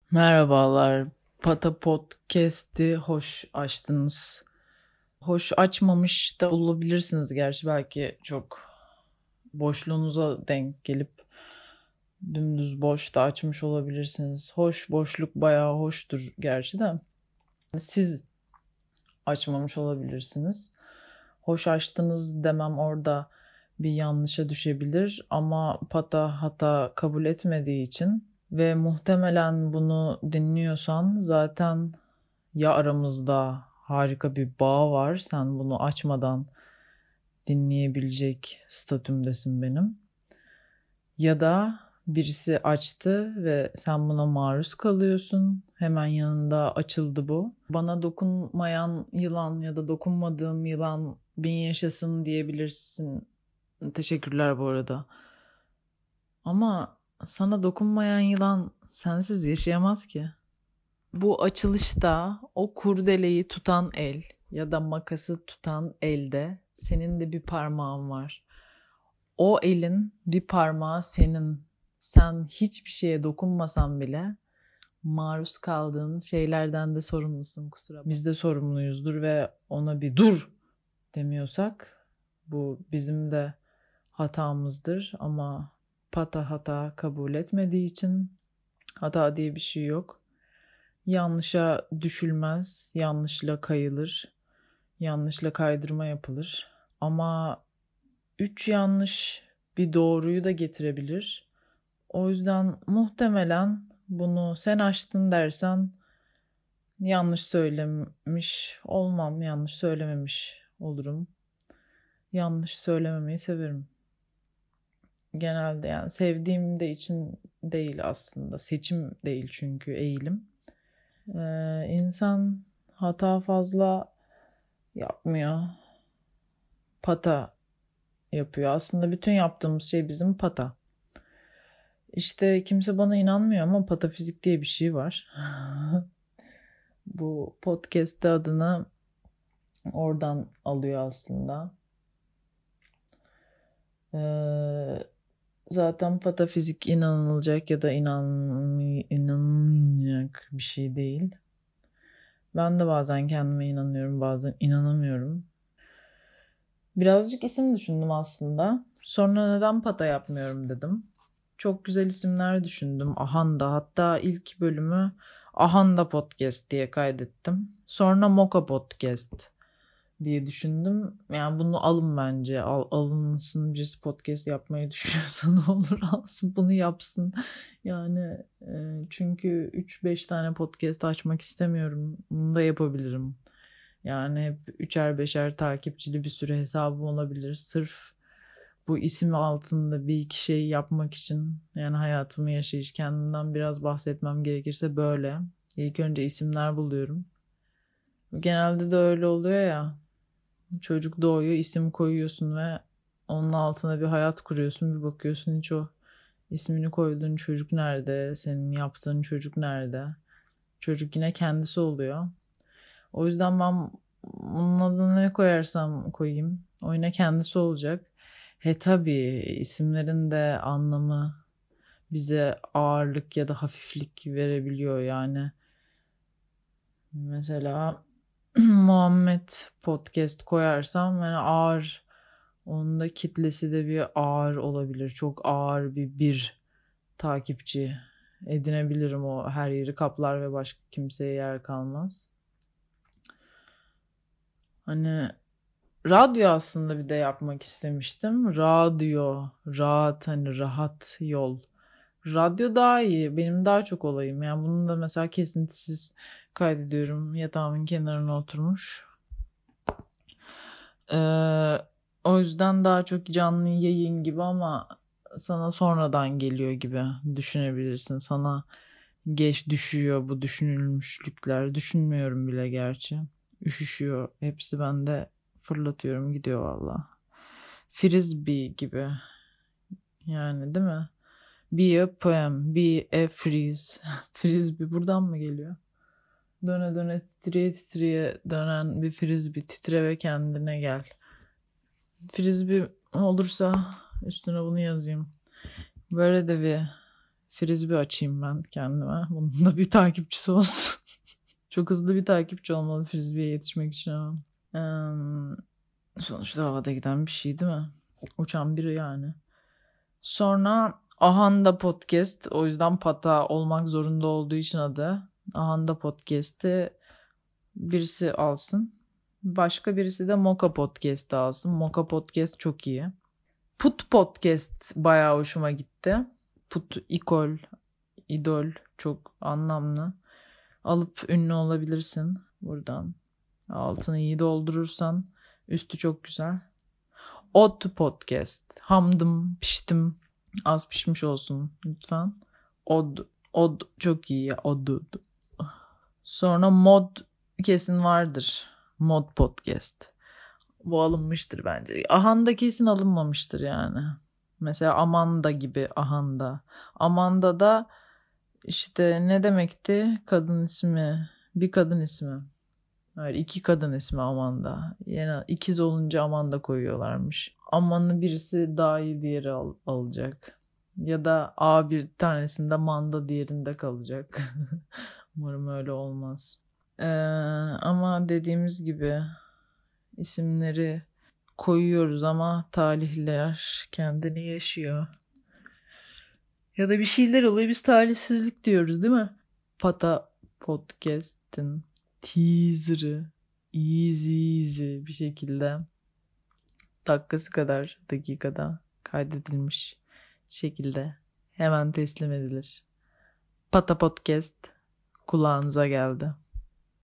Merhabalar. Pata Podcast'i hoş açtınız. Hoş açmamış da olabilirsiniz gerçi. Belki çok boşluğunuza denk gelip dümdüz boş da açmış olabilirsiniz. Hoş, boşluk bayağı hoştur gerçi de. Siz açmamış olabilirsiniz. Hoş açtınız demem orada bir yanlışa düşebilir ama Pata hata kabul etmediği için ve muhtemelen bunu dinliyorsan zaten ya aramızda harika bir bağ var, sen bunu açmadan dinleyebilecek statümdesin benim. Ya da birisi açtı ve sen buna maruz kalıyorsun. Hemen yanında açıldı bu. Bana dokunmayan yılan ya da dokunmadığım yılan bin yaşasın diyebilirsin. Teşekkürler bu arada. Ama sana dokunmayan yılan sensiz yaşayamaz ki. Bu açılışta o kurdeleyi tutan el ya da makası tutan elde senin de bir parmağın var. O elin bir parmağı senin. Sen hiçbir şeye dokunmasan bile maruz kaldığın şeylerden de sorumlusun, kusura bakma. Biz de sorumluyuzdur ve ona bir dur demiyorsak bu bizim de hatamızdır ama Pata hata kabul etmediği için hata diye bir şey yok. Yanlışa düşülmez, yanlışla kayılır, yanlışla kaydırma yapılır. Ama 3 yanlış bir doğruyu da getirebilir. O yüzden muhtemelen bunu sen açtın dersen yanlış söylemiş olmam, yanlış söylememiş olurum. Yanlış söylememeyi severim. Genelde yani sevdiğim de için değil aslında. Seçim değil çünkü eğilim. İnsan hata fazla yapmıyor. Pata yapıyor. Aslında bütün yaptığımız şey bizim pata. İşte kimse bana inanmıyor ama patafizik diye bir şey var. Bu podcast'te adını oradan alıyor aslında. Zaten patafizik inanılacak ya da inanılmayacak bir şey değil. Ben de bazen kendime inanıyorum, bazen inanamıyorum. Birazcık isim düşündüm aslında. Sonra neden pata yapmıyorum dedim. Çok güzel isimler düşündüm. Ahanda. Hatta ilk bölümü Ahanda Podcast diye kaydettim. Sonra Moka Podcast diye düşündüm. Yani bunu alın bence. Alınsın, birisi podcast yapmayı düşünüyorsa ne olur alsın bunu yapsın. Yani çünkü 3-5 tane podcast açmak istemiyorum. Bunu da yapabilirim. Yani hep üçer beşer takipçili bir sürü hesabım olabilir. Sırf bu isim altında bir iki şey yapmak için, yani hayatımı yaşayış, kendimden biraz bahsetmem gerekirse böyle. İlk önce isimler buluyorum. Genelde de öyle oluyor ya. Çocuk doğuyor, isim koyuyorsun ve onun altına bir hayat kuruyorsun. Bir bakıyorsun hiç o ismini koyduğun çocuk nerede? Senin yaptığın çocuk nerede? Çocuk yine kendisi oluyor. O yüzden ben onun adını ne koyarsam koyayım o yine kendisi olacak. Tabii isimlerin de anlamı bize ağırlık ya da hafiflik verebiliyor yani. Mesela Muhammed Podcast koyarsam yani ağır, onun da kitlesi de bir ağır olabilir. Çok ağır bir takipçi edinebilirim, o her yeri kaplar ve başka kimseye yer kalmaz. Hani radyo aslında bir de yapmak istemiştim. Radyo, rahat, hani rahat yol. Radyo daha iyi. Benim daha çok olayım. Yani bunu da mesela kesintisiz kaydediyorum. Yatağımın kenarına oturmuş. Ee, O yüzden daha çok canlı yayın gibi ama sana sonradan geliyor gibi düşünebilirsin. Sana geç düşüyor bu düşünülmüşlükler. Düşünmüyorum bile gerçi. Üşüşüyor. Hepsi bende, fırlatıyorum gidiyor valla. Frisbee gibi. Yani değil mi? Be a poem, be a freeze. Frisbee buradan mı geliyor? Döne döne titreye titreye dönen bir frisbee. Titre ve kendine gel. Frisbee olursa üstüne bunu yazayım. Böyle de bir Frisbee açayım ben kendime. Bunun da bir takipçisi olsun. Çok hızlı bir takipçi olmalı Frisbee'ye yetişmek için ama. Sonuçta havada giden bir şey değil mi? Uçan biri yani. Sonra Ahanda Podcast. O yüzden Pata olmak zorunda olduğu için adı. Ahanda Podcast'i birisi alsın. Başka birisi de Moka Podcast'ı alsın. Moka Podcast çok iyi. Put Podcast bayağı hoşuma gitti. Put, idol çok anlamlı. Alıp ünlü olabilirsin buradan. Altını iyi doldurursan üstü çok güzel. Odd Podcast. Hamdım, piştim. Az pişmiş olsun lütfen. Odd çok iyi ya. Odd. Sonra Mod kesin vardır. Mod Podcast. Bu alınmıştır bence. Ahanda kesin alınmamıştır yani. Mesela Amanda gibi Ahanda. Amanda da işte ne demekti? Kadın ismi. Bir kadın ismi. Hayır, iki kadın ismi Amanda. Yani ikiz olunca Amanda koyuyorlarmış. Aman'ı birisi daha iyi diğeri alacak. Ya da bir tanesinde Manda diğerinde kalacak. Umarım öyle olmaz. Ama dediğimiz gibi isimleri koyuyoruz ama talihler kendini yaşıyor. Ya da bir şeyler oluyor, biz talihsizlik diyoruz değil mi? Pata Podcast'ın teaser'ı easy bir şekilde dakikada kaydedilmiş şekilde hemen teslim edilir. Pata Podcast kulağınıza geldi.